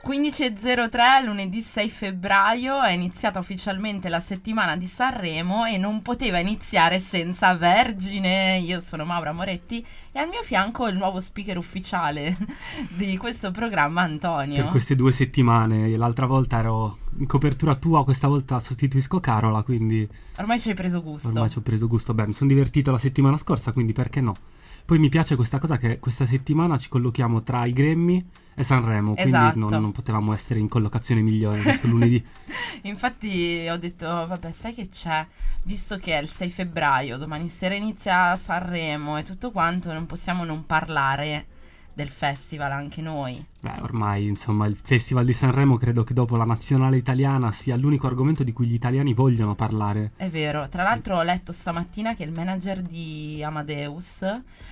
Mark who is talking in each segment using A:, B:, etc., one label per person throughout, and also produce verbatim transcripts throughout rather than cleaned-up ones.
A: quindici e zero tre, lunedì sei febbraio, è iniziata ufficialmente la settimana di Sanremo e non poteva iniziare senza Vergine. Io sono Maura Moretti e al mio fianco il nuovo speaker ufficiale di questo programma, Antonio.
B: Per queste due settimane, l'altra volta ero in copertura tua, questa volta sostituisco Carola, quindi...
A: Ormai ci hai preso gusto.
B: Ormai ci ho preso gusto, beh, mi sono divertito la settimana scorsa, quindi perché no? Poi mi piace questa cosa che questa settimana ci collochiamo tra i Grammy e Sanremo, quindi
A: esatto.
B: non, non potevamo essere in collocazione migliore questo lunedì.
A: Infatti ho detto, vabbè, sai che c'è? Visto che è il sei febbraio, domani sera inizia Sanremo e tutto quanto, non possiamo non parlare del festival anche noi.
B: Beh, ormai, insomma, il Festival di Sanremo credo che dopo la nazionale italiana sia l'unico argomento di cui gli italiani vogliono parlare.
A: È vero, tra l'altro ho letto stamattina che il manager di Amadeus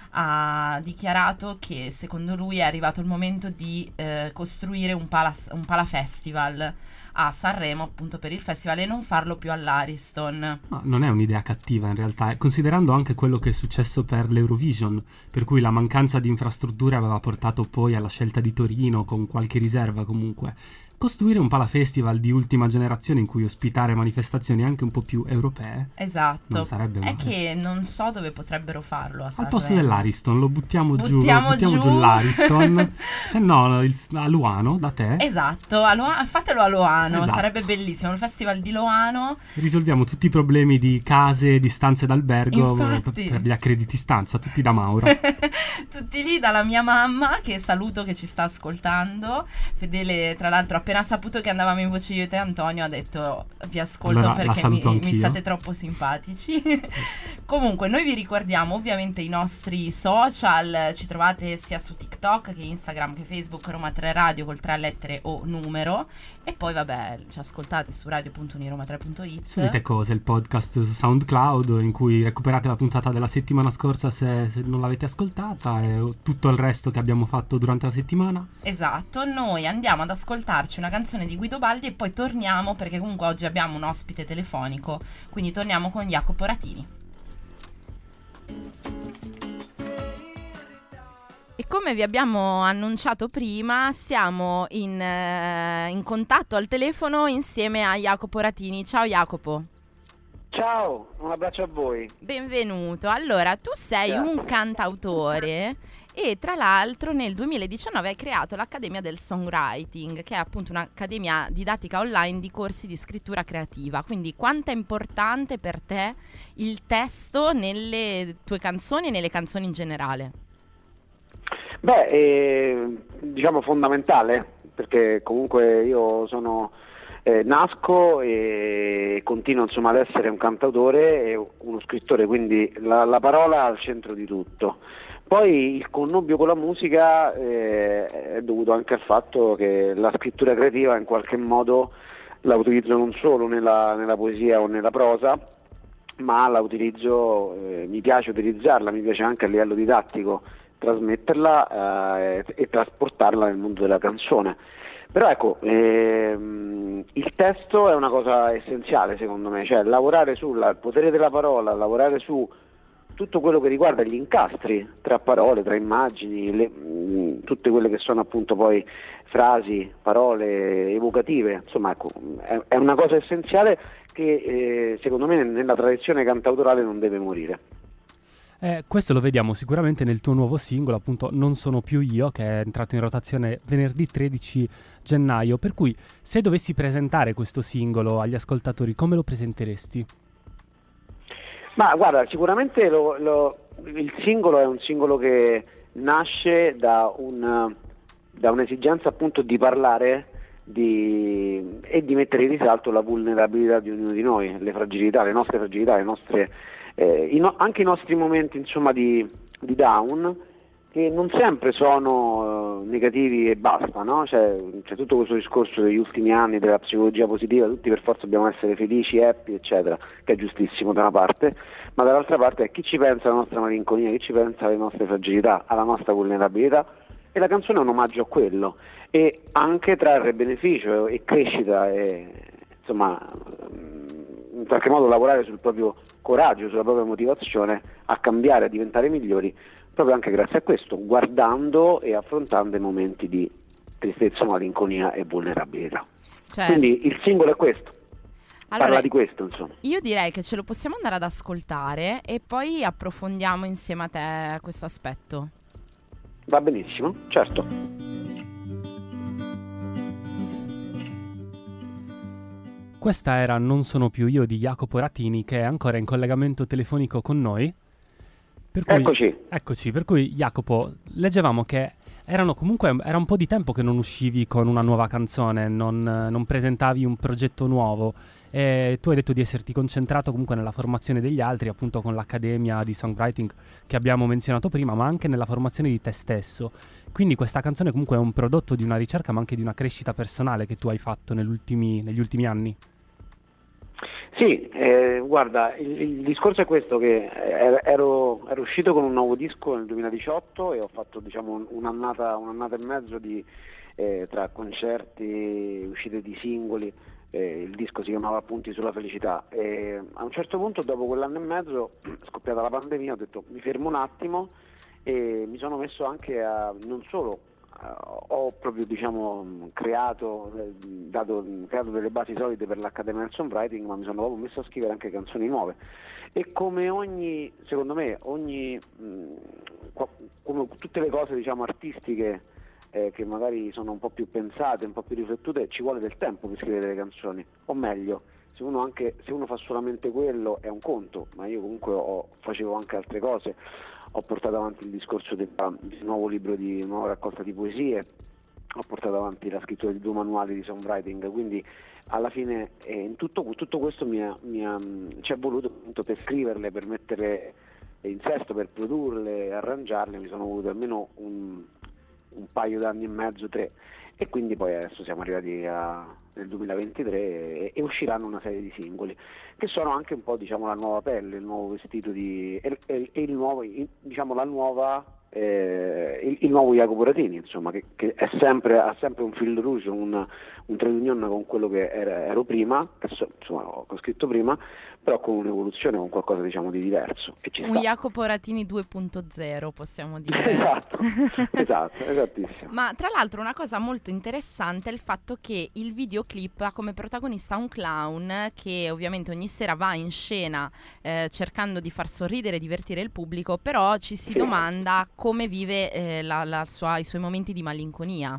A: ha dichiarato che secondo lui è arrivato il momento di eh, costruire un, pala, un palafestival a Sanremo, appunto per il festival, e non farlo più all'Ariston.
B: Ma non è un'idea cattiva in realtà, considerando anche quello che è successo per l'Eurovision, per cui la mancanza di infrastrutture aveva portato poi alla scelta di Torino con qualche riserva comunque. Costruire un palafestival di ultima generazione in cui ospitare manifestazioni anche un po' più europee,
A: esatto,
B: non sarebbe male.
A: È che non so dove potrebbero farlo a
B: Al posto dell'Ariston lo buttiamo,
A: buttiamo
B: giù, buttiamo
A: giù,
B: giù l'Ariston, se no il, a Luano da te.
A: Esatto, a Luano, fatelo a Luano,
B: esatto.
A: Sarebbe bellissimo, il festival di Luano.
B: Risolviamo tutti i problemi di case, di stanze d'albergo.
A: Infatti.
B: Per gli accrediti stanza, tutti da Maura.
A: Tutti lì dalla mia mamma, che saluto, che ci sta ascoltando. Fedele, tra l'altro, appena saputo che andavamo in Voce io e te, Antonio ha detto vi ascolto
B: allora,
A: perché mi, mi state troppo simpatici. Comunque noi vi ricordiamo ovviamente i nostri social, ci trovate sia su TikTok che Instagram che Facebook, Roma tre Radio col tre lettere o numero, e poi vabbè ci ascoltate su radio punto uniroma tre punto it.
B: Solite cose, il podcast su SoundCloud in cui recuperate la puntata della settimana scorsa se, se non l'avete ascoltata, e tutto il resto che abbiamo fatto durante la settimana.
A: Esatto, noi andiamo ad ascoltarci una canzone di Guido Baldi e poi torniamo, perché comunque oggi abbiamo un ospite telefonico, quindi torniamo con Jacopo Ratini. E come vi abbiamo annunciato prima, siamo in, eh, in contatto al telefono insieme a Jacopo Ratini. Ciao Jacopo.
C: Ciao, un abbraccio a voi.
A: Benvenuto. Allora, tu sei
C: Ciao.
A: un cantautore e tra l'altro nel duemiladiciannove hai creato l'Accademia del Songwriting, che è appunto un'accademia didattica online di corsi di scrittura creativa. Quindi quanto è importante per te il testo nelle tue canzoni e nelle canzoni in generale?
C: Beh, eh, diciamo fondamentale, perché comunque io sono eh, nasco e continuo insomma ad essere un cantautore e uno scrittore, quindi la, la parola al centro di tutto. Poi il connubio con la musica eh, è dovuto anche al fatto che la scrittura creativa in qualche modo la utilizzo non solo nella, nella poesia o nella prosa, ma la utilizzo, eh, mi piace utilizzarla, mi piace anche a livello didattico trasmetterla eh, e trasportarla nel mondo della canzone. Però ecco, ehm, il testo è una cosa essenziale secondo me, cioè lavorare sul potere della parola, lavorare su tutto quello che riguarda gli incastri tra parole, tra immagini, le, mh, tutte quelle che sono appunto poi frasi, parole evocative, insomma ecco, è, è una cosa essenziale che eh, secondo me nella tradizione cantautorale non deve morire.
B: Eh, questo lo vediamo sicuramente nel tuo nuovo singolo, appunto Non sono più io, che è entrato in rotazione venerdì tredici gennaio, per cui se dovessi presentare questo singolo agli ascoltatori, come lo presenteresti?
C: Ma guarda, sicuramente lo, lo, il singolo è un singolo che nasce da, un, da un'esigenza appunto di parlare di, e di mettere in risalto la vulnerabilità di ognuno di noi, le fragilità, le nostre fragilità, le nostre, eh, i no, anche i nostri momenti insomma di, di down, che non sempre sono uh, negativi e basta, no? C'è, c'è tutto questo discorso degli ultimi anni della psicologia positiva, tutti per forza dobbiamo essere felici, happy, eccetera, che è giustissimo da una parte, ma dall'altra parte è chi ci pensa alla nostra malinconia, chi ci pensa alle nostre fragilità, alla nostra vulnerabilità, e la canzone è un omaggio a quello, e anche trarre beneficio e crescita e insomma in qualche modo lavorare sul proprio coraggio, sulla propria motivazione a cambiare, a diventare migliori, proprio anche grazie a questo, guardando e affrontando i momenti di tristezza, malinconia e vulnerabilità.
A: Certo.
C: Quindi il singolo è questo,
A: Allora,
C: parla di questo, insomma.
A: io direi che ce lo possiamo andare ad ascoltare e poi approfondiamo insieme a te questo aspetto.
C: Va benissimo, certo.
B: Questa era Non sono più io di Jacopo Ratini, che è ancora in collegamento telefonico con noi. Per cui,
C: Eccoci.
B: Eccoci, per cui Jacopo, leggevamo che erano comunque, era un po' di tempo che non uscivi con una nuova canzone, non, non presentavi un progetto nuovo, e tu hai detto di esserti concentrato comunque nella formazione degli altri, appunto con l'Accademia di Songwriting che abbiamo menzionato prima, ma anche nella formazione di te stesso. Quindi questa canzone comunque è un prodotto di una ricerca, ma anche di una crescita personale che tu hai fatto negli ultimi, negli ultimi anni.
C: Sì, eh, guarda, il, il discorso è questo, che ero, ero uscito con un nuovo disco nel duemiladiciotto e ho fatto, diciamo, un'annata, un'annata e mezzo di, eh, tra concerti, uscite di singoli, eh, il disco si chiamava Appunti sulla felicità, e a un certo punto, dopo quell'anno e mezzo, scoppiata la pandemia, ho detto mi fermo un attimo e mi sono messo anche a, non solo ho proprio, diciamo, creato, dato, creato delle basi solide per l'Accademia del Songwriting, ma mi sono proprio messo a scrivere anche canzoni nuove. E come ogni, secondo me, ogni mh, come tutte le cose, diciamo, artistiche eh, che magari sono un po' più pensate, un po' più riflettute, ci vuole del tempo per scrivere delle canzoni, o meglio, se uno, anche, se uno fa solamente quello è un conto, ma io comunque ho, facevo anche altre cose. Ho portato avanti il discorso del, del nuovo libro, di nuova raccolta di poesie, ho portato avanti la scrittura di due manuali di songwriting, quindi alla fine eh, in tutto, tutto questo mi ha, mi ha, ci è voluto appunto per scriverle, per mettere in sesto, per produrle, arrangiarle, mi sono voluto almeno un, un paio d'anni e mezzo, tre, e quindi poi adesso siamo arrivati a, nel duemilaventitré e, e usciranno una serie di singoli che sono anche un po', diciamo, la nuova pelle, il nuovo vestito di e, e, e il nuovo, diciamo, la nuova eh, il, il nuovo Jacopo Ratini, insomma, che, che è sempre, ha sempre un fil rouge, un, un trait d'union con quello che era, ero prima, che so, insomma, ho scritto prima, però con un'evoluzione, con qualcosa, diciamo, di diverso. Che ci
A: un
C: sta.
A: Jacopo Ratini due punto zero, possiamo dire.
C: Esatto, esatto, esattissimo.
A: Ma tra l'altro una cosa molto interessante è il fatto che il videoclip ha come protagonista un clown che ovviamente ogni sera va in scena eh, cercando di far sorridere e divertire il pubblico, però ci si
C: Sì.
A: domanda come vive eh, la, la sua, i suoi momenti di malinconia.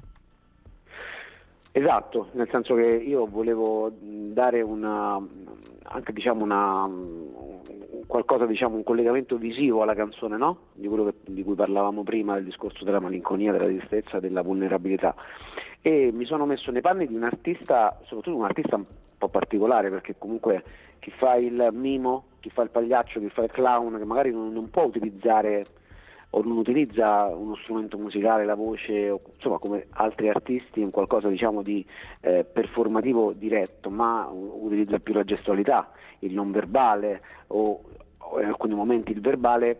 C: Esatto, nel senso che io volevo dare una, anche, diciamo, una, qualcosa, diciamo, un collegamento visivo alla canzone, no? Di quello che, di cui parlavamo prima, del discorso della malinconia, della tristezza, della vulnerabilità, e mi sono messo nei panni di un artista, soprattutto un artista un po' particolare, perché comunque chi fa il mimo, chi fa il pagliaccio, chi fa il clown, che magari non, non può utilizzare o non utilizza uno strumento musicale, la voce, o, insomma, come altri artisti, un qualcosa, diciamo, di eh, performativo diretto, ma utilizza più la gestualità, il non verbale o, o in alcuni momenti il verbale.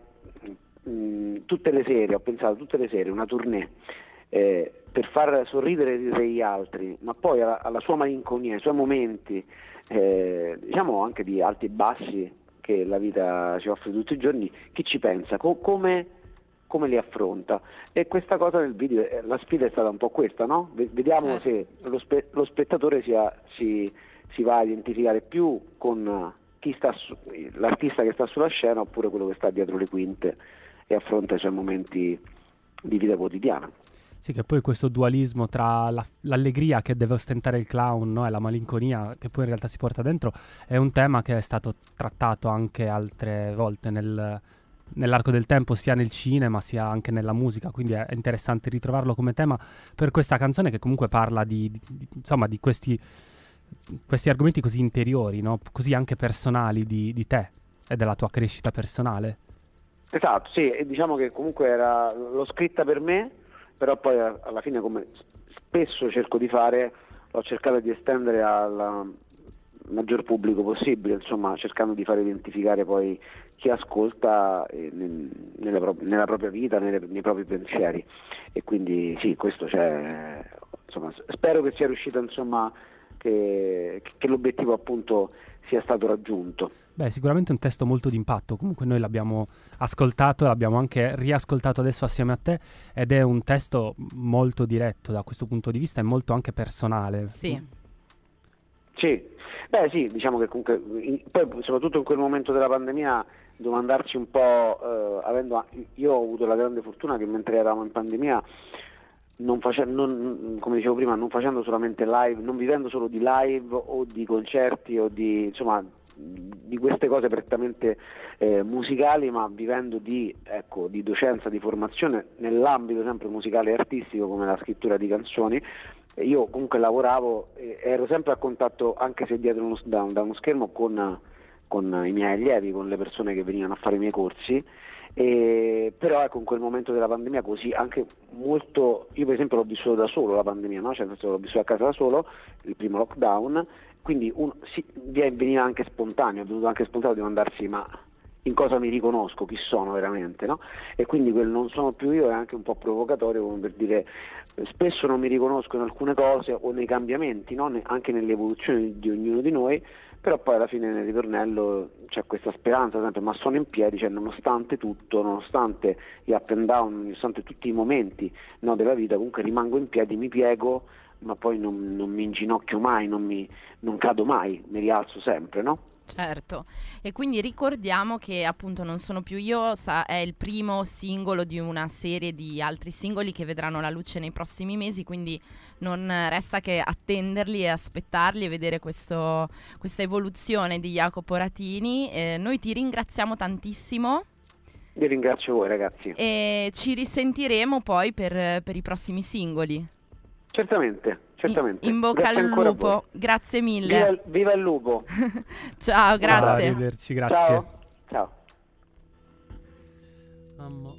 C: Mh, tutte le sere, ho pensato tutte le sere, una tournée eh, per far sorridere e ridere gli altri, ma poi alla, alla sua malinconia, ai suoi momenti, eh, diciamo anche di alti e bassi che la vita ci offre tutti i giorni, chi ci pensa? Co- come come li affronta, e questa cosa nel video, eh, la sfida è stata un po' questa, no? Vediamo se lo, spe- lo spettatore sia, si, si va a identificare più con chi sta su- l'artista che sta sulla scena, oppure quello che sta dietro le quinte e affronta i suoi momenti di vita quotidiana.
B: Sì, che poi questo dualismo tra la, l'allegria che deve ostentare il clown, no, e la malinconia che poi in realtà si porta dentro, è un tema che è stato trattato anche altre volte nel nell'arco del tempo, sia nel cinema sia anche nella musica, quindi è interessante ritrovarlo come tema per questa canzone che comunque parla di, di, di insomma di questi questi argomenti così interiori, no? Così anche personali di, di te e della tua crescita personale.
C: Esatto, sì, e diciamo che comunque era, l'ho scritta per me, però poi alla fine, come spesso cerco di fare, l'ho cercato di estendere al maggior pubblico possibile, insomma, cercando di far identificare poi chi ascolta eh, nel, nella, pro- nella propria vita, nelle, nei propri pensieri, e quindi sì, questo c'è, insomma, spero che sia riuscito, insomma, che, che l'obiettivo appunto sia stato raggiunto.
B: Beh, sicuramente un testo molto d'impatto. Comunque noi l'abbiamo ascoltato, l'abbiamo anche riascoltato adesso assieme a te, ed è un testo molto diretto da questo punto di vista e molto anche personale.
A: Sì.
C: Sì, beh sì, diciamo che comunque, in, poi soprattutto in quel momento della pandemia, domandarci un po', eh, avendo, io ho avuto la grande fortuna che mentre eravamo in pandemia, non facendo, non, come dicevo prima, non facendo solamente live, non vivendo solo di live o di concerti o di, insomma, di queste cose prettamente eh, musicali, ma vivendo di, ecco, di docenza, di formazione nell'ambito sempre musicale e artistico come la scrittura di canzoni. Io comunque lavoravo, eh, ero sempre a contatto, anche se dietro uno, da, da uno schermo, con, con i miei allievi, con le persone che venivano a fare i miei corsi. E, però ecco, in quel momento della pandemia così anche molto, io per esempio l'ho vissuto da solo la pandemia, no? Cioè, l'ho vissuto a casa da solo, il primo lockdown, quindi un, sì, veniva anche spontaneo, è venuto anche spontaneo domandarsi ma in cosa mi riconosco, chi sono veramente, no? E quindi quel non sono più io è anche un po' provocatorio, come per dire, spesso non mi riconosco in alcune cose o nei cambiamenti, no? Anche nell'evoluzione di, di ognuno di noi, però poi alla fine nel ritornello c'è questa speranza sempre, ma sono in piedi, cioè nonostante tutto, nonostante gli up and down, nonostante tutti i momenti, no, della vita, comunque rimango in piedi, mi piego, ma poi non, non mi inginocchio mai, non, mi, non cado mai, mi rialzo sempre, no?
A: Certo, e quindi ricordiamo che appunto Non sono più io sa- è il primo singolo di una serie di altri singoli che vedranno la luce nei prossimi mesi, quindi non resta che attenderli e aspettarli e vedere questo, questa evoluzione di Jacopo Ratini. Eh, noi ti ringraziamo tantissimo.
C: Io ringrazio voi ragazzi.
A: E ci risentiremo poi per, per i prossimi singoli.
C: Certamente, certamente.
A: In, in bocca
C: grazie
A: al lupo, grazie mille.
C: Viva il, viva il lupo.
A: Ciao, grazie.
B: Ciao, arrivederci, grazie.
C: Ciao. Ciao.
B: Mamma.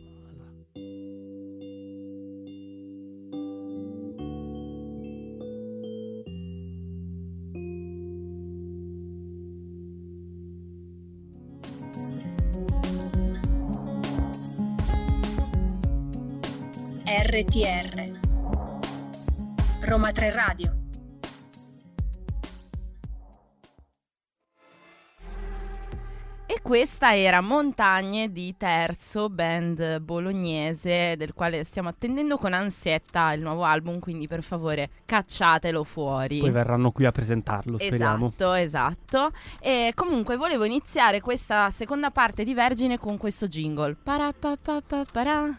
D: R T R Roma tre Radio.
A: E questa era Montagne di Terzo, band bolognese del quale stiamo attendendo con ansietta il nuovo album, quindi per favore cacciatelo fuori.
B: Poi verranno qui a presentarlo, speriamo.
A: Esatto, esatto. E comunque volevo iniziare questa seconda parte di Vergine con questo jingle. Parapapapapara.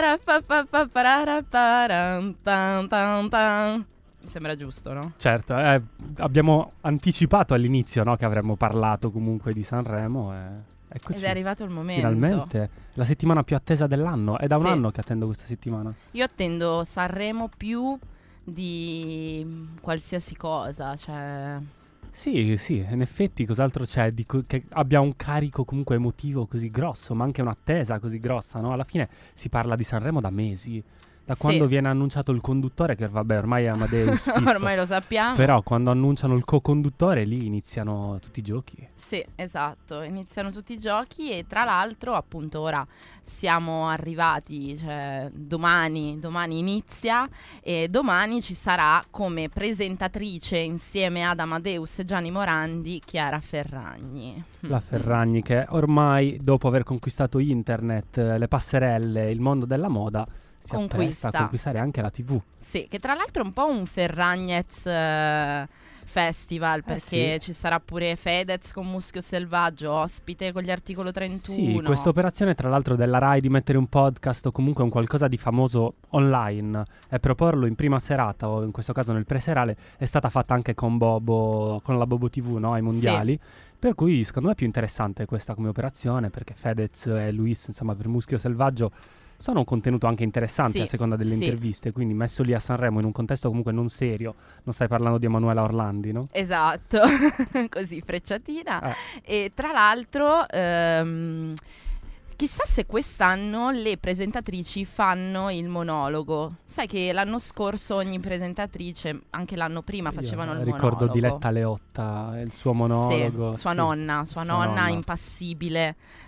A: Mi sembra giusto, no?
B: Certo, eh, abbiamo anticipato all'inizio, no, che avremmo parlato comunque di Sanremo e eccoci.
A: Ed è arrivato il momento.
B: Finalmente, la settimana più attesa dell'anno. È da
A: Sì.
B: un anno che attendo questa settimana.
A: Io attendo Sanremo più di qualsiasi cosa, cioè...
B: Sì, sì, in effetti cos'altro c'è di co- che abbia un carico comunque emotivo così grosso, ma anche un'attesa così grossa, no? Alla fine si parla di Sanremo da mesi, da
A: Sì.
B: quando viene annunciato il conduttore, che vabbè ormai è Amadeus fisso,
A: Ormai lo sappiamo.
B: però quando annunciano il co-conduttore lì iniziano tutti i giochi.
A: Sì, esatto, iniziano tutti i giochi e tra l'altro appunto ora siamo arrivati, cioè domani, domani inizia e domani ci sarà come presentatrice insieme ad Amadeus e Gianni Morandi Chiara Ferragni.
B: La Ferragni che ormai dopo aver conquistato internet, le passerelle, il mondo della moda si
A: Conquista.
B: appresta a conquistare anche la tivù.
A: Sì, che tra l'altro è un po' un Ferragnez eh, festival, perché
B: sì.
A: ci sarà pure Fedez con Muschio Selvaggio, ospite con gli articolo trentuno.
B: Sì, questa operazione tra l'altro della Rai di mettere un podcast o comunque un qualcosa di famoso online e proporlo in prima serata o in questo caso nel preserale è stata fatta anche con Bobo, con la Bobo tivù, no, ai mondiali. Sì. Per cui secondo me è più interessante questa come operazione, perché Fedez e Luis, insomma, per Muschio Selvaggio sono un contenuto anche interessante, sì, a seconda delle sì. interviste, quindi messo lì a Sanremo in un contesto comunque non serio, non stai parlando di Emanuela Orlandi, no?
A: Esatto, così frecciatina.
B: Eh.
A: E tra l'altro ehm, chissà se quest'anno le presentatrici fanno il monologo. Sai che l'anno scorso ogni presentatrice, anche l'anno prima, facevano
B: Io
A: il
B: ricordo
A: monologo.
B: Diletta Leotta, il suo monologo.
A: Sì, sua
B: sì.
A: nonna, sua, sua nonna, nonna impassibile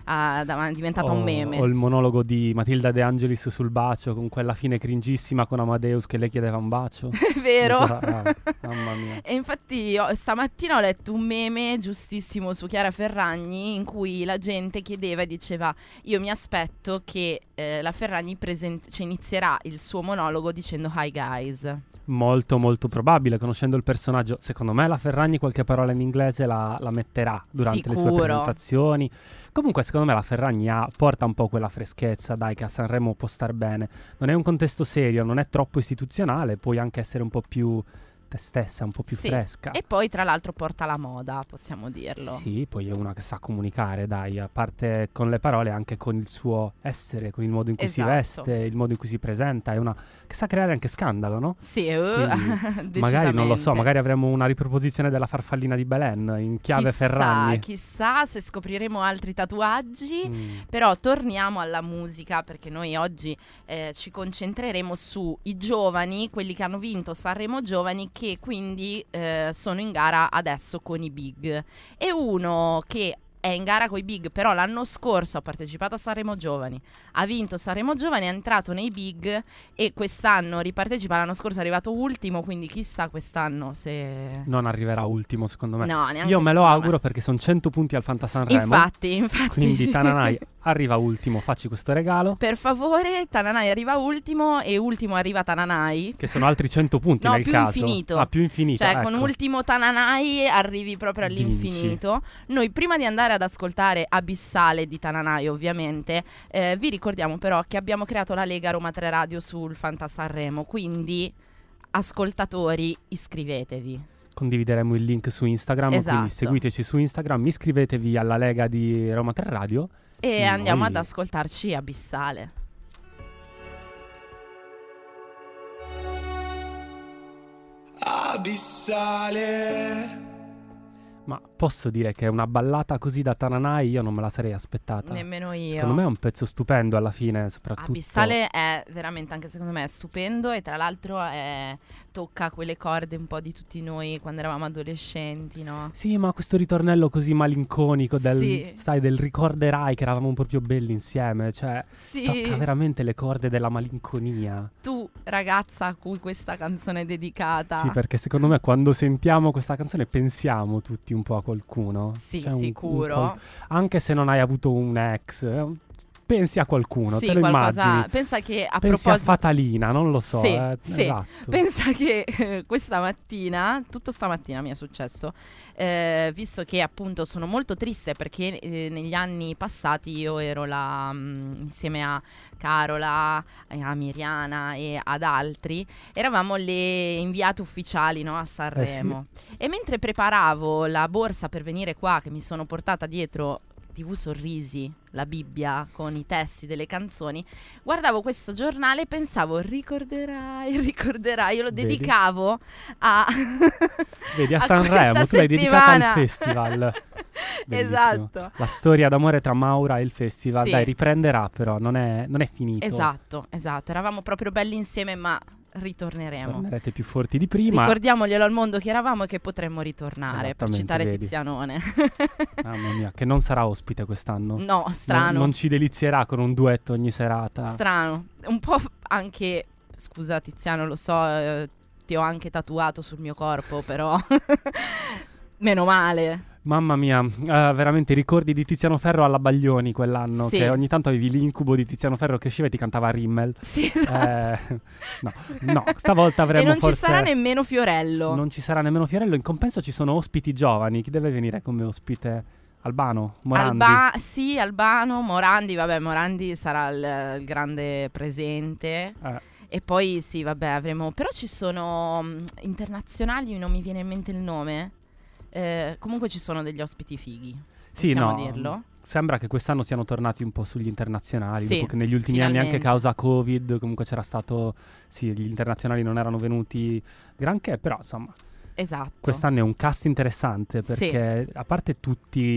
A: ah, da- è diventata
B: o,
A: un meme.
B: o il monologo di Matilda De Angelis sul bacio, con quella fine cringissima con Amadeus che le chiedeva un bacio.
A: È vero.
B: Ah, mamma mia.
A: E infatti io, stamattina ho letto un meme giustissimo su Chiara Ferragni in cui la gente chiedeva e diceva: io mi aspetto che eh, la Ferragni present- cioè inizierà il suo monologo dicendo hi guys.
B: Molto molto probabile, conoscendo il personaggio. Secondo me la Ferragni qualche parola in inglese la, la metterà durante le sue
A: Sicuro.
B: presentazioni. Comunque secondo me la Ferragni ha, porta un po' quella freschezza, dai, che a Sanremo può star bene. Non è un contesto serio, non è troppo istituzionale, puoi anche essere un po' più te stessa, un po' più
A: Sì.
B: fresca.
A: E poi tra l'altro porta la moda, possiamo dirlo.
B: Sì, poi è una che sa comunicare, dai, a parte con le parole, anche con il suo essere, con il modo in cui
A: Esatto.
B: si veste, il modo in cui si presenta, è una che sa creare anche scandalo, no?
A: Sì, uh,
B: Quindi, magari, non lo so,
A: decisamente.
B: magari avremo una riproposizione della farfallina di Belen in chiave
A: Chissà,
B: Ferragni.
A: chissà se scopriremo altri tatuaggi.
B: Mm.
A: Però torniamo alla musica, perché noi oggi eh, ci concentreremo sui giovani, quelli che hanno vinto Sanremo Giovani, che quindi eh, sono in gara adesso con i big. E uno che è in gara con i big, però l'anno scorso ha partecipato a Sanremo Giovani, ha vinto Sanremo Giovani, è entrato nei big e quest'anno ripartecipa. L'anno scorso è arrivato ultimo, quindi chissà quest'anno se...
B: Non arriverà ultimo, secondo me.
A: No, neanche
B: Io me lo
A: secondo
B: auguro perché sono cento punti al Fantasanremo.
A: Infatti, infatti.
B: Quindi Tananai arriva ultimo, facci questo regalo.
A: Per favore, Tananai arriva ultimo e ultimo arriva Tananai.
B: Che sono altri cento punti
A: No,
B: nel
A: più
B: caso.
A: infinito.
B: Ah, più infinito.
A: Cioè,
B: ecco.
A: con ultimo Tananai arrivi proprio
B: Vinci.
A: all'infinito. Noi, prima di andare ad ascoltare Abissale di Tananai, ovviamente, eh, vi ricordiamo però che abbiamo creato la Lega Roma tre Radio sul Fantasanremo. Quindi, ascoltatori, iscrivetevi.
B: Condivideremo il link su Instagram,
A: Esatto.
B: quindi seguiteci su Instagram, iscrivetevi alla Lega di Roma tre Radio.
A: E
B: Noi-
A: andiamo ad ascoltarci Abissale.
E: Abissale.
B: Ma posso dire che una ballata così da Tananai io non me la sarei aspettata.
A: Nemmeno io.
B: Secondo me è un pezzo stupendo alla fine, soprattutto.
A: Abissale è veramente, anche secondo me, è stupendo e tra l'altro è- tocca quelle corde un po' di tutti noi quando eravamo adolescenti, no?
B: Sì, ma questo ritornello così malinconico del,
A: Sì.
B: sai, del ricorderai che eravamo proprio belli insieme, cioè
A: Sì,
B: tocca veramente le corde della malinconia.
A: tu ragazza a cui questa canzone è dedicata.
B: Sì, perché secondo me quando sentiamo questa canzone pensiamo tutti un po' a qualcuno.
A: Sì,
B: Cioè un- un
A: sicuro.
B: qual- anche se non hai avuto un ex, eh, pensi a qualcuno,
A: Sì,
B: te lo
A: qualcosa-
B: immagini.
A: Pensa che a
B: Pensi
A: proposito
B: a Fatalina, non lo so.
A: Sì,
B: eh,
A: sì.
B: Esatto.
A: Pensa che eh, questa mattina, tutto stamattina mi è successo, eh, visto che appunto sono molto triste perché eh, negli anni passati io ero la, mh, insieme a Carola, eh, a Miriana e ad altri, eravamo le inviate ufficiali, no, a Sanremo. E mentre preparavo la borsa per venire qua, che mi sono portata dietro tivù Sorrisi, la Bibbia con i testi delle canzoni, guardavo questo giornale e pensavo ricorderai, ricorderai, io lo
B: Vedi?
A: dedicavo a
B: Vedi, a,
A: a
B: Sanremo,
A: questa
B: tu l'hai dedicata al
A: settimana.
B: festival. Bellissimo.
A: Esatto.
B: La storia d'amore tra Maura e il festival,
A: Sì.
B: dai, riprenderà però, non è, non è finito.
A: Esatto, esatto, eravamo proprio belli insieme, ma ritorneremo.
B: Tornerete più forti di prima.
A: Ricordiamoglielo al mondo che eravamo e che potremmo ritornare, per
B: Esattamente,
A: citare
B: vedi.
A: Tizianone.
B: Mamma mia, che non sarà ospite quest'anno.
A: No,
B: Non-
A: strano.
B: Non, ci delizierà con un duetto ogni serata.
A: Strano, un po' anche, scusa Tiziano, lo so, eh, ti ho anche tatuato sul mio corpo, però meno male.
B: Mamma mia, eh, veramente i ricordi di Tiziano Ferro alla Baglioni quell'anno,
A: Sì.
B: che ogni tanto avevi l'incubo di Tiziano Ferro che usciva e ti cantava Rimmel.
A: Sì, esatto.
B: Eh, no, no, stavolta avremo
A: e non
B: forse...
A: ci sarà nemmeno Fiorello.
B: Non ci sarà nemmeno Fiorello, in compenso ci sono ospiti giovani. Chi deve venire come ospite? Albano? Morandi?
A: Alba- sì, Albano, Morandi, vabbè, Morandi sarà il, il grande presente.
B: Eh,
A: E poi sì, vabbè, avremo... Però ci sono mh, internazionali, non mi viene in mente il nome. Eh, comunque ci sono degli ospiti fighi.
B: sì,
A: Possiamo
B: no,
A: dirlo?
B: sembra che quest'anno siano tornati un po' sugli internazionali,
A: Sì,
B: dopo che negli ultimi anni
A: finalmente.
B: anche causa Covid comunque c'era stato, sì, gli internazionali non erano venuti granché, però insomma
A: Esatto.
B: quest'anno è un cast interessante perché a parte tutti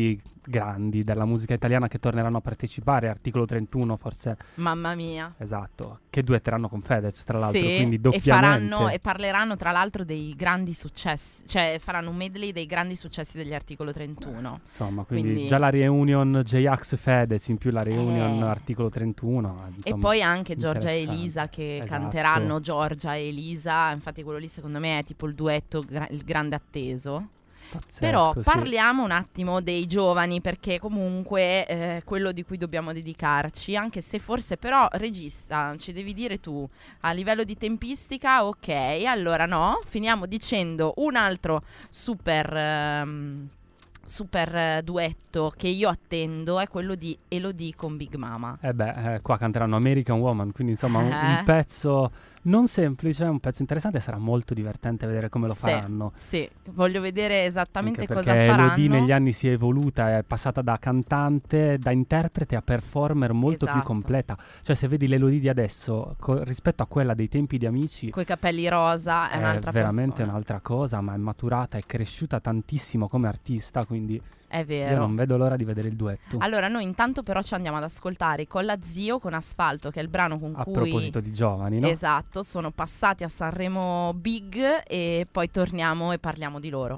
B: grandi della musica italiana che torneranno a partecipare, Articolo trentuno forse.
A: Mamma mia.
B: Esatto, che duetteranno con Fedez tra l'altro,
A: Sì,
B: quindi
A: e
B: doppiamente.
A: faranno e parleranno tra l'altro dei grandi successi, cioè faranno un medley dei grandi successi degli Articolo trentuno.
B: Insomma, quindi,
A: Quindi-
B: già la reunion J-Ax Fedez, in più la reunion
A: Eh.
B: Articolo trentuno.
A: E poi anche Giorgia e
B: interessante.
A: Elisa che
B: Esatto.
A: canteranno Giorgia e Elisa, infatti quello lì secondo me è tipo il duetto gra- il grande atteso.
B: Pazzesco,
A: Però
B: sì.
A: parliamo un attimo dei giovani, perché comunque è quello di cui dobbiamo dedicarci, anche se forse però regista, ci devi dire tu, a livello di tempistica, ok, allora no, finiamo dicendo un altro super... ehm, super eh, duetto che io attendo è quello di Elodie con Big Mama.
B: Eh beh, eh, qua canteranno American Woman, quindi insomma un, un
A: Eh.
B: pezzo non semplice, un pezzo interessante, sarà molto divertente vedere come lo
A: Sì,
B: faranno.
A: Sì, voglio vedere esattamente
B: Anche
A: cosa
B: perché
A: faranno.
B: Elodie negli anni si è evoluta, è passata da cantante, da interprete a performer molto più
A: Esatto.
B: completa. Cioè se vedi l'Elodie di adesso co- rispetto a quella dei tempi di Amici,
A: Coi capelli rosa è
B: è
A: un'altra
B: veramente
A: persona.
B: un'altra cosa, ma è maturata, è cresciuta tantissimo come artista, quindi
A: È
B: io
A: vero.
B: non vedo l'ora di vedere il duetto.
A: Allora, noi intanto però ci andiamo ad ascoltare Colla Zio con Asfalto, che è il brano con
B: A
A: cui...
B: proposito di giovani, no?
A: Esatto, sono passati a Sanremo Big e poi torniamo e parliamo di loro.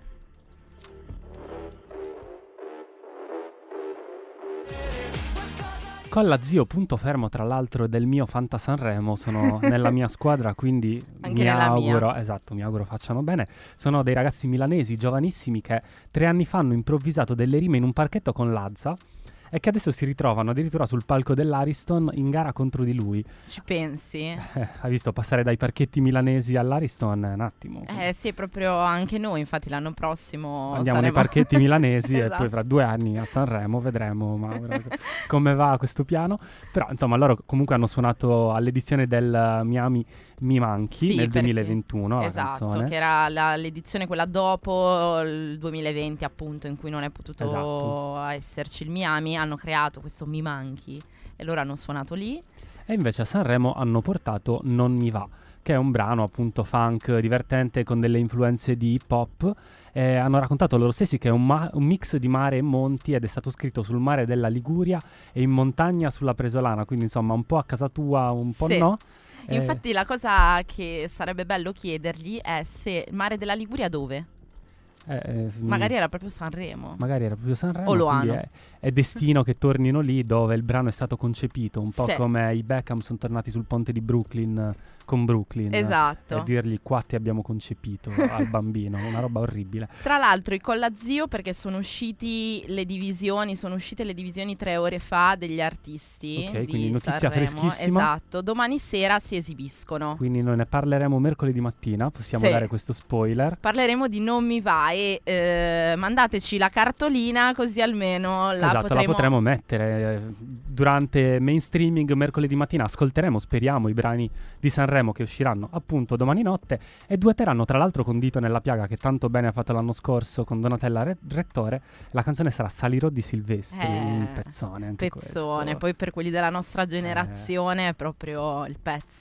B: Colla Zio, punto fermo tra l'altro del mio Fanta Sanremo, sono nella mia squadra, quindi
A: Anche
B: mi
A: nella
B: auguro,
A: mia.
B: esatto, mi auguro facciano bene. Sono dei ragazzi milanesi giovanissimi che tre anni fa hanno improvvisato delle rime in un parchetto con Lazza e che adesso si ritrovano addirittura sul palco dell'Ariston in gara contro di lui.
A: Ci pensi?
B: Eh, hai visto passare dai parchetti milanesi all'Ariston? Un attimo.
A: Eh sì, proprio anche noi, infatti l'anno prossimo
B: Andiamo nei
A: saremo-
B: parchetti milanesi e
A: Esatto.
B: poi fra due anni a Sanremo vedremo Mauro, come va questo piano. Però insomma loro comunque hanno suonato all'edizione del Miami Mi Manchi
A: Sì,
B: nel
A: perché-
B: duemilaventuno la
A: Esatto,
B: canzone.
A: che era la- l'edizione quella dopo il duemilaventi appunto, in cui non è potuto
B: Esatto.
A: esserci il Miami, hanno creato questo Mi Manchi e loro hanno suonato lì.
B: E invece a Sanremo hanno portato Non mi va, che è un brano appunto funk divertente con delle influenze di hip hop. Eh, hanno raccontato loro stessi che è un, ma- un mix di mare e monti ed è stato scritto sul mare della Liguria e in montagna sulla Presolana, quindi insomma un po' a casa tua, un po'
A: Sì.
B: no. Eh,
A: Infatti la cosa che sarebbe bello chiedergli è se il mare della Liguria dove?
B: eh, eh,
A: Magari era proprio Sanremo.
B: magari era proprio Sanremo,
A: O lo
B: quindi
A: hanno.
B: È, è destino che tornino lì dove il brano è stato concepito, un po'
A: Sì.
B: come i Beckham sono tornati sul ponte di Brooklyn eh, con Brooklyn
A: Esatto.
B: e dirgli qua ti abbiamo concepito al bambino, una roba orribile.
A: Tra l'altro i Colla Zio, perché sono usciti le divisioni, sono uscite le divisioni tre ore fa degli artisti
B: Ok,
A: di
B: quindi notizia
A: Sanremo.
B: freschissima.
A: Esatto, domani sera si esibiscono.
B: Quindi noi ne parleremo mercoledì mattina, possiamo
A: Sì.
B: dare questo spoiler.
A: Parleremo di Non mi va e eh, mandateci la cartolina così almeno la
B: esatto,
A: potremo...
B: la potremo mettere eh, durante mainstreaming mercoledì mattina. Ascolteremo, speriamo, i brani di Sanremo che usciranno appunto domani notte e duetteranno tra l'altro con Dito nella piaga, che tanto bene ha fatto l'anno scorso con Donatella Re- Rettore. La canzone sarà Salirò di Silvestri,
A: Eh,
B: un pezzone anche
A: pezzone,
B: questo.
A: poi per quelli della nostra generazione è proprio il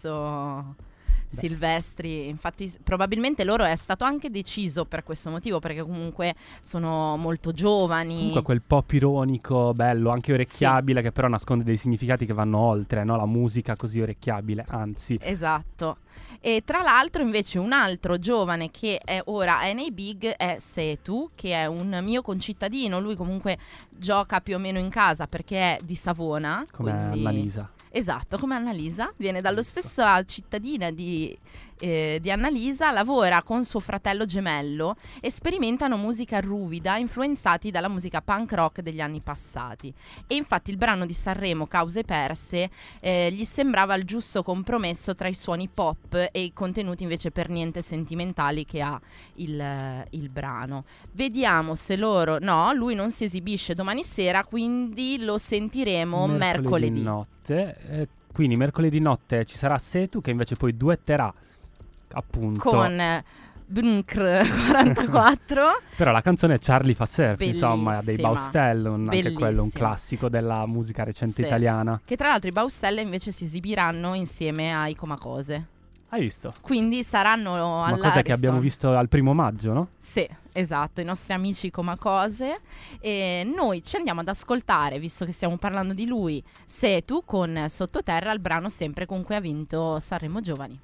A: pezzo
B: Beh,
A: Silvestri. Infatti s- probabilmente loro è stato anche deciso per questo motivo, perché comunque sono molto giovani.
B: Comunque quel pop ironico, bello, anche orecchiabile, che però nasconde dei significati che vanno oltre, no? La musica così orecchiabile, anzi.
A: Esatto. E tra l'altro invece un altro giovane che è ora è nei Big è Setu, che è un mio concittadino. Lui comunque gioca più o meno in casa perché è di Savona.
B: Come
A: quindi-
B: Annalisa.
A: Esatto, come Annalisa, viene dallo
B: Giusto.
A: stessa cittadina di, eh, di Annalisa, lavora con suo fratello gemello e sperimentano musica ruvida influenzati dalla musica punk rock degli anni passati. E infatti il brano di Sanremo, Cause perse, eh, gli sembrava il giusto compromesso tra i suoni pop e i contenuti invece per niente sentimentali che ha il, eh, il brano. Vediamo se loro... No, lui non si esibisce domani sera, quindi lo sentiremo mercoledì.
B: notte. Eh, quindi mercoledì notte ci sarà Setu che invece poi duetterà appunto.
A: Con eh, Bunkr quarantaquattro.
B: Però la canzone è Charlie fa surf, insomma, dei
A: Bellissima.
B: Baustelle, un- anche quello un
A: Bellissima.
B: classico della musica recente
A: Sì.
B: italiana.
A: Che tra l'altro i Baustelle invece si esibiranno insieme ai Comacose.
B: Hai visto?
A: Quindi saranno
B: Una
A: all'Ariston.
B: cosa che abbiamo visto al primo maggio, no?
A: Sì, esatto, i nostri amici Comacose. E noi ci andiamo ad ascoltare, visto che stiamo parlando di lui, Se tu con Sottoterra, il brano sempre con cui ha vinto Sanremo Giovani.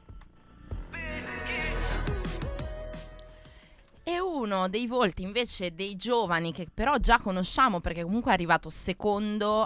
A: E uno dei volti invece dei giovani che però già conosciamo, perché comunque è arrivato secondo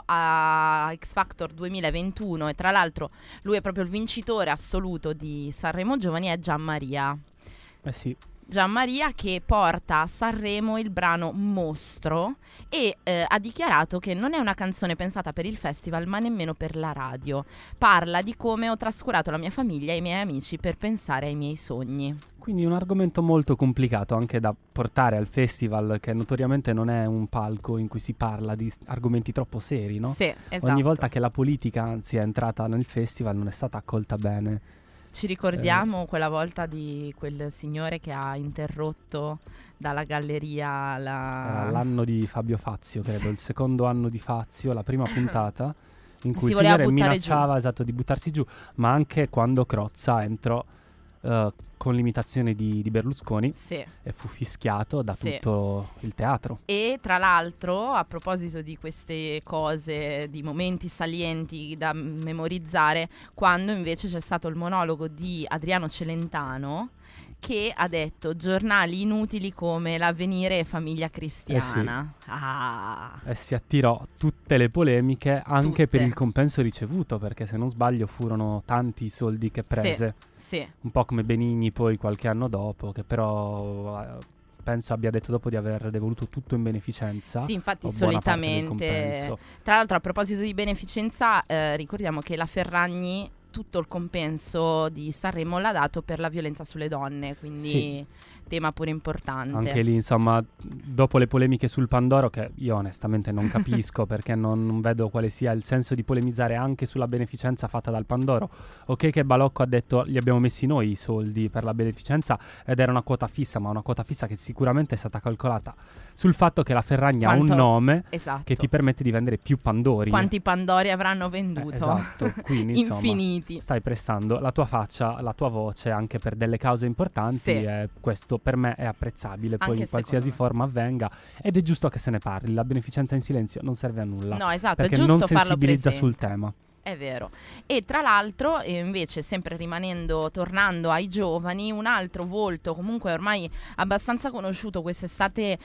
A: a X Factor duemilaventuno e tra l'altro lui è proprio il vincitore assoluto di Sanremo Giovani, è Gianmaria.
B: Eh sì.
A: Gianmaria, che porta a Sanremo il brano Mostro e eh, ha dichiarato che non è una canzone pensata per il festival ma nemmeno per la radio. Parla di come ho trascurato la mia famiglia e i miei amici per pensare ai miei sogni.
B: Quindi un argomento molto complicato anche da portare al festival, che notoriamente non è un palco in cui si parla di argomenti troppo seri, no?
A: Sì, esatto.
B: Ogni volta che la politica sia entrata nel festival non è stata accolta bene.
A: Ci ricordiamo eh. quella volta di quel signore che ha interrotto dalla galleria la...
B: Era l'anno di Fabio Fazio, credo, sì. Il secondo anno di Fazio, la prima puntata in cui
A: si
B: il signore
A: buttare
B: minacciava
A: giù.
B: esatto di buttarsi giù, ma anche quando Crozza entrò uh, con l'imitazione di, di Berlusconi,
A: sì.
B: e fu fischiato da
A: sì.
B: tutto il teatro.
A: E tra l'altro, a proposito di queste cose, di momenti salienti da memorizzare, quando invece c'è stato il monologo di Adriano Celentano, che ha detto giornali inutili come L'Avvenire e Famiglia Cristiana.
B: Eh sì.
A: Ah.
B: E si attirò tutte le polemiche anche
A: Tutte.
B: per il compenso ricevuto, perché se non sbaglio furono tanti i soldi che prese.
A: Sì, sì.
B: Un po' come Benigni poi qualche anno dopo, che però eh, penso abbia detto dopo di aver devoluto tutto in beneficenza.
A: Sì, infatti
B: o buona parte del
A: solitamente.
B: compenso.
A: Tra l'altro, a proposito di beneficenza, eh, ricordiamo che la Ferragni tutto il compenso di Sanremo l'ha dato per la violenza sulle donne, quindi
B: sì.
A: tema pure importante.
B: Anche lì, insomma, dopo le polemiche sul Pandoro, che io onestamente non capisco perché non, non vedo quale sia il senso di polemizzare anche sulla beneficenza fatta dal Pandoro. Ok che Balocco ha detto li abbiamo messi noi i soldi per la beneficenza ed era una quota fissa, ma una quota fissa che sicuramente è stata calcolata sul fatto che la Ferragni
A: Quanto...
B: ha un nome
A: esatto.
B: che ti permette di vendere più Pandori.
A: Quanti Pandori avranno venduto?
B: Eh, esatto, quindi insomma
A: infiniti.
B: Stai prestando la tua faccia, la tua voce anche per delle cause importanti,
A: sì.
B: e questo per me è apprezzabile, poi
A: anche
B: in qualsiasi forma avvenga, ed è giusto che se ne parli. La beneficenza in silenzio non serve a nulla,
A: no, esatto,
B: perché
A: è giusto
B: non sensibilizza sul tema.
A: È vero. E tra l'altro, eh, invece, sempre rimanendo, tornando ai giovani, un altro volto comunque ormai abbastanza conosciuto quest'estate,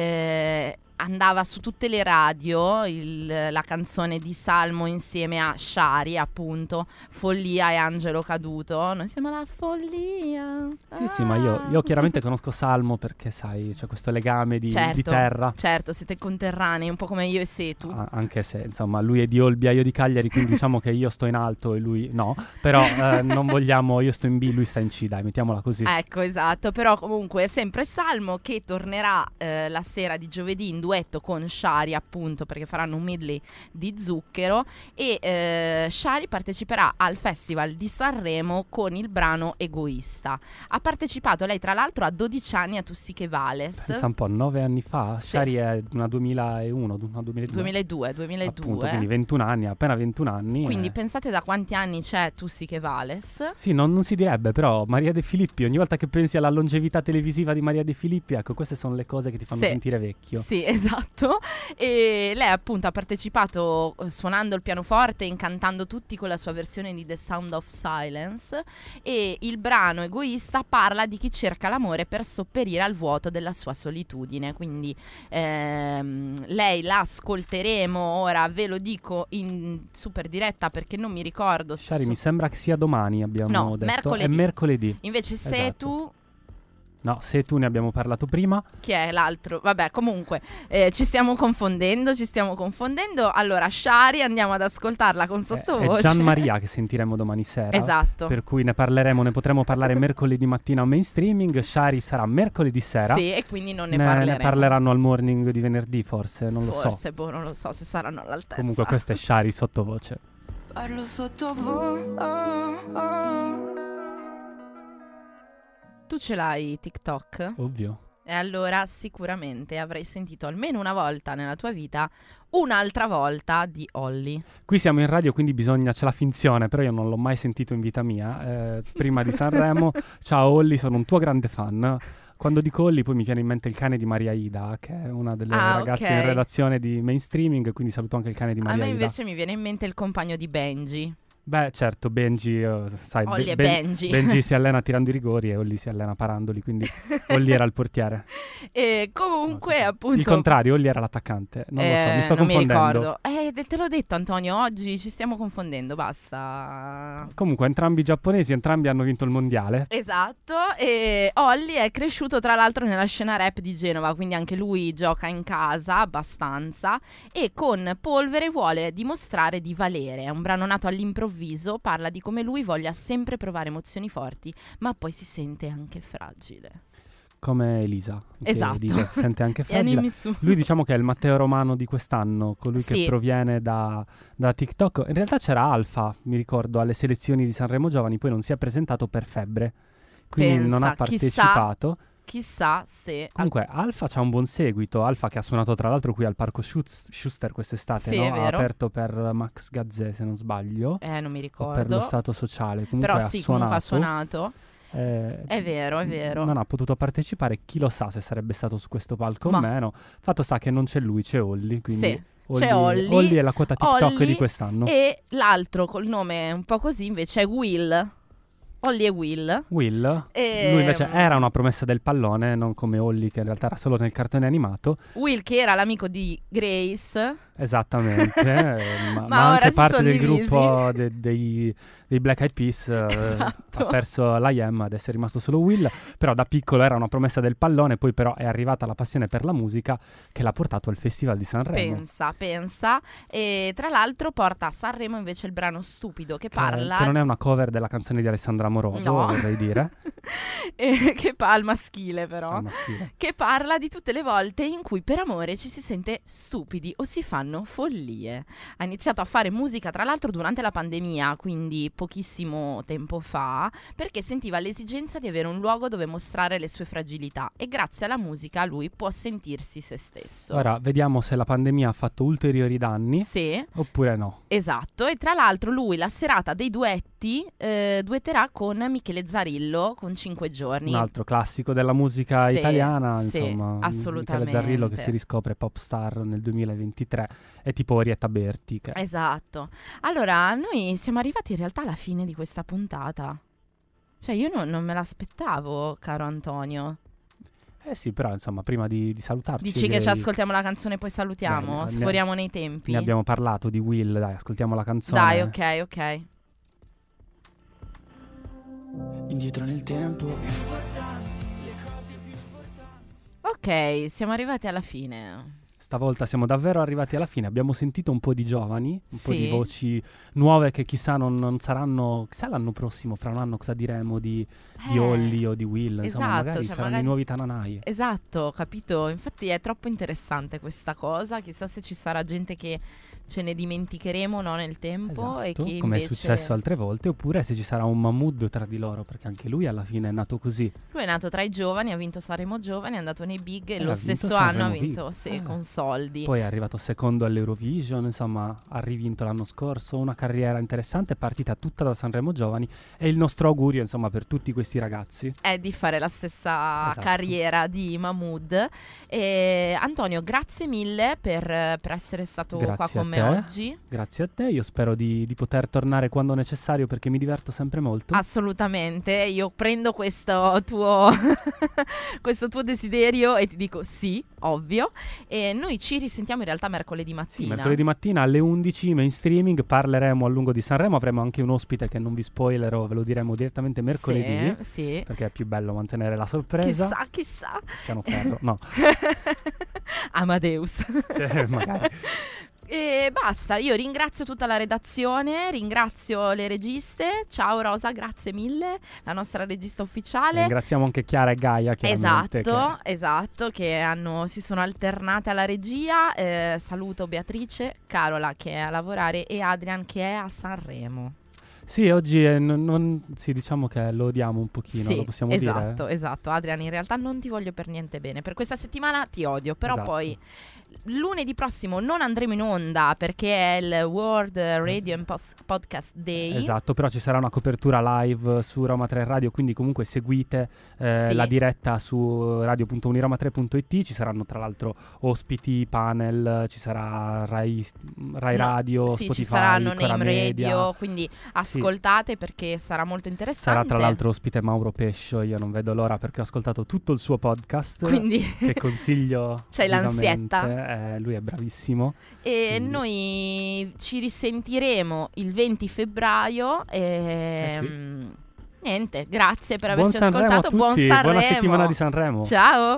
A: eh, andava su tutte le radio il, la canzone di Salmo insieme a Shari, appunto, Follia e Angelo Caduto. Noi siamo la follia.
B: Sì,
A: ah.
B: sì, ma io, io chiaramente conosco Salmo perché, sai, c'è questo legame di,
A: certo,
B: di terra.
A: Certo, siete conterranei, un po' come io e Setu.
B: Ah, anche se, insomma, lui è di Olbia, io di Cagliari, quindi diciamo che io sto in alto e lui no. Però eh, non vogliamo, io sto in B, lui sta in C, dai, mettiamola così.
A: Ecco, esatto. Però comunque è sempre Salmo che tornerà eh, la sera di giovedì in duetto con Shari, appunto, perché faranno un medley di Zucchero, e eh, Shari parteciperà al Festival di Sanremo con il brano Egoista. Ha partecipato lei tra l'altro a dodici anni a Tu sì che vales.
B: Pensa un po', nove anni fa.
A: Sì.
B: Shari è una duemilauno, una duemiladue.
A: duemiladue, duemiladue.
B: Appunto, quindi ventuno anni, appena ventuno anni.
A: Quindi
B: eh.
A: pensate da quanti anni c'è Tu sì che vales.
B: Sì, non, non si direbbe, però Maria De Filippi, ogni volta che pensi alla longevità televisiva di Maria De Filippi, ecco, queste sono le cose che ti fanno
A: sì.
B: sentire vecchio.
A: Sì, esatto. E lei appunto ha partecipato suonando il pianoforte, incantando tutti con la sua versione di The Sound of Silence, e il brano Egoista parla di chi cerca l'amore per sopperire al vuoto della sua solitudine. Quindi ehm, lei la ascolteremo ora, ve lo dico in super diretta perché non mi ricordo se
B: Shari,
A: so-
B: mi sembra che sia domani, abbiamo
A: no,
B: detto.
A: mercoledì.
B: È mercoledì.
A: Invece se
B: Esatto.
A: tu
B: No, se tu ne abbiamo parlato prima.
A: Chi è l'altro? Vabbè, comunque eh, ci stiamo confondendo, ci stiamo confondendo. Allora, Shari, andiamo ad ascoltarla con sottovoce.
B: È Gianmaria che sentiremo domani sera.
A: Esatto.
B: Per cui ne parleremo, ne potremo parlare mercoledì mattina o mainstreaming. Shari sarà mercoledì sera.
A: Sì, e quindi non ne,
B: ne
A: parleremo.
B: Ne parleranno al morning di venerdì, forse, non lo
A: forse,
B: so.
A: Forse, boh, non lo so se saranno all'altezza.
B: Comunque questa è Shari sottovoce.
E: Parlo sottovoce.
A: Tu ce l'hai TikTok?
B: Ovvio.
A: E allora sicuramente avrai sentito almeno una volta nella tua vita un'altra volta di Olly.
B: Qui siamo in radio, quindi bisogna, c'è la finzione, però io non l'ho mai sentito in vita mia. Eh, prima di Sanremo, ciao Olly, sono un tuo grande fan. Quando dico Olli poi mi viene in mente il cane di Maria Ida, che è una delle
A: Ah,
B: ragazze
A: ok.
B: in redazione di Mainstreaming, quindi saluto anche il cane di
A: A
B: Maria
A: me
B: Ida.
A: invece mi viene in mente il compagno di Benji.
B: Beh, certo, Benji, eh, sai,
A: Olli
B: Be-
A: e
B: Ben-
A: Benji.
B: Benji si allena tirando i rigori e Olli si allena parandoli, quindi Olli era il portiere.
A: E comunque,
B: No,
A: appunto...
B: il contrario, Olli era l'attaccante. Non lo so,
A: Eh,
B: mi sto
A: non
B: confondendo.
A: mi ricordo. Eh, de- te l'ho detto, Antonio, oggi ci stiamo confondendo, basta.
B: Comunque, entrambi giapponesi, entrambi hanno vinto il mondiale.
A: Esatto, e Olli è cresciuto tra l'altro nella scena rap di Genova, quindi anche lui gioca in casa abbastanza e con Polvere vuole dimostrare di valere. È un brano nato all'improvviso, parla di come lui voglia sempre provare emozioni forti, ma poi si sente anche fragile.
B: Come Elisa, che
A: Esatto.
B: dice, si sente anche
A: E
B: fragile.
A: animi su.
B: Lui diciamo che è il Matteo Romano di quest'anno, colui
A: Sì.
B: che proviene da, da TikTok. In realtà c'era Alfa, mi ricordo, alle selezioni di Sanremo Giovani, poi non si è presentato per febbre, quindi
A: Pensa,
B: non ha
A: chissà-
B: partecipato.
A: Chissà se...
B: Comunque Alfa c'ha un buon seguito, Alfa che ha suonato tra l'altro qui al Parco Schutz- Schuster quest'estate,
A: Sì,
B: no?
A: è
B: Ha
A: vero.
B: aperto per Max Gazzè se non sbaglio,
A: Eh, non mi
B: o
A: ricordo.
B: per lo Stato Sociale, comunque
A: Però
B: ha
A: sì,
B: suonato.
A: comunque ha suonato.
B: Eh,
A: È vero, è vero.
B: Non ha potuto partecipare, chi lo sa se sarebbe stato su questo palco
A: Ma-
B: o meno. Fatto sta che non c'è lui, c'è Olli, quindi
A: Sì,
B: Olli,
A: c'è Olli.
B: Olli è la quota TikTok
A: Olli
B: di quest'anno.
A: E l'altro col nome un po' così invece è Will. Olli e Will.
B: Will,
A: E-
B: lui invece era una promessa del pallone, non come Olli che in realtà era solo nel cartone animato.
A: Will che era l'amico di Grace.
B: Esattamente, eh, ma,
A: Ma
B: ma
A: ora
B: anche
A: si
B: parte
A: sono
B: del
A: divisi.
B: gruppo de- dei, dei Black Eyed Peas, eh,
A: Esatto.
B: ha perso l'I M, adesso è rimasto solo Will, però da piccolo era una promessa del pallone, poi però è arrivata la passione per la musica che l'ha portato al Festival di Sanremo.
A: Pensa, pensa. E tra l'altro porta a Sanremo invece il brano Stupido che
B: Che,
A: parla...
B: che non è una cover della canzone di Alessandra Amoroso,
A: No.
B: vorrei dire,
A: eh, che pa- al maschile però.
B: al maschile.
A: Che parla di tutte le volte in cui per amore ci si sente stupidi o si fanno follie. Ha iniziato a fare musica tra l'altro durante la pandemia, quindi pochissimo tempo fa, perché sentiva l'esigenza di avere un luogo dove mostrare le sue fragilità e grazie alla musica lui può sentirsi se stesso.
B: Ora vediamo se la pandemia ha fatto ulteriori danni
A: Sì,
B: oppure no.
A: esatto. E tra l'altro lui la serata dei duetti eh, duetterà con Michele Zarillo con Cinque Giorni.
B: Un altro classico della musica
A: Sì,
B: italiana,
A: sì,
B: insomma,
A: assolutamente.
B: Michele Zarrillo che si riscopre pop star nel duemilaventitré, è tipo Orietta Berti. Che...
A: Esatto. Allora, noi siamo arrivati in realtà alla fine di questa puntata. Cioè, io non, non me l'aspettavo, caro Antonio.
B: Eh sì, però insomma, prima di, di salutarci...
A: Dici che
B: direi-
A: ci ascoltiamo la canzone e poi salutiamo?
B: Beh, ne-
A: Sforiamo nei tempi?
B: Ne abbiamo parlato di Will, dai, ascoltiamo la canzone.
A: Dai, ok, ok.
E: indietro nel tempo.
A: Ok, siamo arrivati alla fine.
B: Stavolta siamo davvero arrivati alla fine, abbiamo sentito un po' di giovani, un po'
A: Sì.
B: di voci nuove che chissà non, non saranno, chissà l'anno prossimo, fra un anno cosa diremo di, di
A: Eh,
B: Olli o di Will, insomma
A: esatto,
B: magari
A: cioè
B: saranno
A: magari-
B: i nuovi Tananai.
A: Esatto, capito? Infatti è troppo interessante questa cosa. Chissà se ci sarà gente che ce ne dimenticheremo, no, nel tempo e
B: Esatto,
A: che
B: come
A: invece...
B: è successo altre volte, oppure se ci sarà un Mahmood tra di loro, perché anche lui alla fine è nato così.
A: Lui è nato tra i giovani, ha vinto Sanremo Giovani, è andato nei big e
B: Eh,
A: lo
B: ha vinto
A: stesso anno ha
B: Sanremo
A: vinto,
B: Big.
A: sì,
B: Eh.
A: con soldi.
B: Poi è arrivato secondo all'Eurovision, insomma ha rivinto l'anno scorso, una carriera interessante, è partita tutta da Sanremo Giovani e il nostro augurio insomma per tutti questi ragazzi.
A: È di fare la stessa
B: Esatto.
A: carriera di Mahmood. E, Antonio, grazie mille per, per essere stato qua
B: Grazie
A: con
B: a
A: me
B: te.
A: oggi.
B: Grazie a te, io spero di, di poter tornare quando necessario perché mi diverto sempre molto.
A: Assolutamente, io prendo questo tuo, questo tuo desiderio e ti dico sì, ovvio. E noi ci risentiamo in realtà mercoledì
B: Sì,
A: mattina.
B: mercoledì mattina alle undici mainstreaming parleremo a lungo di Sanremo, avremo anche un ospite che non vi spoilerò, ve lo diremo direttamente mercoledì.
A: Sì, sì.
B: Perché è più bello mantenere la sorpresa.
A: Chissà, chissà.
B: Tiziano Ferro, no,
A: Amadeus.
B: sì, magari.
A: E basta, io ringrazio tutta la redazione, ringrazio le registe. Ciao Rosa, grazie mille, la nostra regista ufficiale.
B: Ringraziamo anche Chiara e Gaia chiaramente,
A: Esatto, esatto, che hanno, si sono alternate alla regia. Eh, saluto Beatrice, Carola che è a lavorare e Adrian che è a Sanremo.
B: che Sì, oggi è non, non, sì, diciamo che lo odiamo un pochino,
A: sì,
B: lo possiamo
A: esatto,
B: dire?
A: Esatto, esatto. Adrian, in realtà non ti voglio per niente bene. Per questa settimana ti odio, però
B: Esatto.
A: poi lunedì prossimo non andremo in onda perché è il World Radio and Post- Podcast Day.
B: Esatto, però ci sarà una copertura live su Roma tre Radio, quindi comunque seguite eh,
A: Sì.
B: la diretta su radio punto uniroma tre punto it. Ci saranno tra l'altro ospiti, panel, ci sarà Rai, Rai
A: No,
B: Radio,
A: sì,
B: Spotify,
A: ci saranno
B: Cora
A: Name
B: Media.
A: Radio, quindi ascoltate perché sarà molto interessante.
B: Sarà tra l'altro ospite Mauro Pescio, io non vedo l'ora perché ho ascoltato tutto il suo podcast,
A: Quindi
B: che consiglio
A: c'hai
B: vivamente.
A: l'ansietta.
B: Eh, lui è bravissimo.
A: E
B: Quindi.
A: noi ci risentiremo il venti febbraio e
B: Eh sì.
A: mm, niente, grazie per
B: Buon
A: averci
B: Sanremo
A: ascoltato.
B: a tutti,
A: Buon Sanremo.
B: buona settimana di Sanremo.
A: Ciao.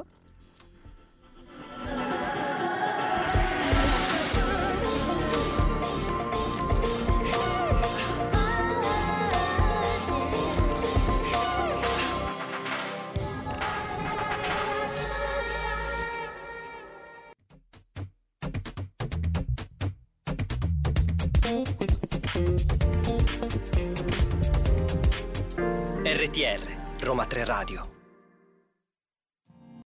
F: R T R Roma tre Radio.